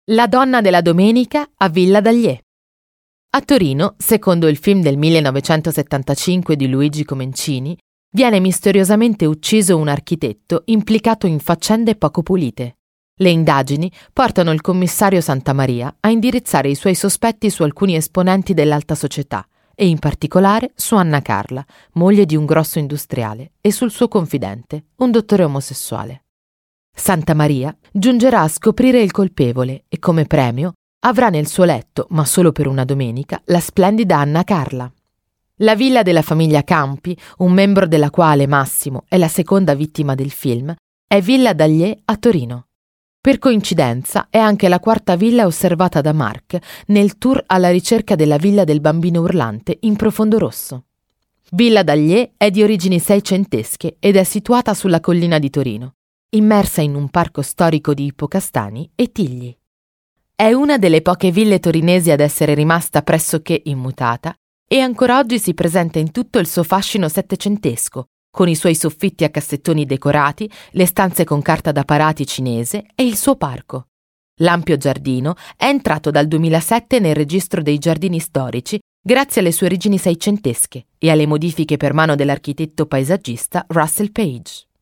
La donna della domenica a Villa d'Allier. A Torino, secondo il film del 1975 di Luigi Comencini, viene misteriosamente ucciso un architetto implicato in faccende poco pulite. Le indagini portano il commissario Santamaria a indirizzare i suoi sospetti su alcuni esponenti dell'alta società e in particolare su Anna Carla, moglie di un grosso industriale, e sul suo confidente, un dottore omosessuale. Santamaria giungerà a scoprire il colpevole e come premio avrà nel suo letto, ma solo per una domenica, la splendida Anna Carla. La villa della famiglia Campi, un membro della quale Massimo è la seconda vittima del film, è Villa d'Allier a Torino. Per coincidenza è anche la quarta villa osservata da Marc nel tour alla ricerca della villa del bambino urlante in profondo rosso. Villa d'Allier è di origini seicentesche ed è situata sulla collina di Torino, immersa in un parco storico di ippocastani e tigli. È una delle poche ville torinesi ad essere rimasta pressoché immutata e ancora oggi si presenta in tutto il suo fascino settecentesco, con i suoi soffitti a cassettoni decorati, le stanze con carta da parati cinese e il suo parco. L'ampio giardino è entrato dal 2007 nel registro dei giardini storici grazie alle sue origini seicentesche e alle modifiche per mano dell'architetto paesaggista Russell Page.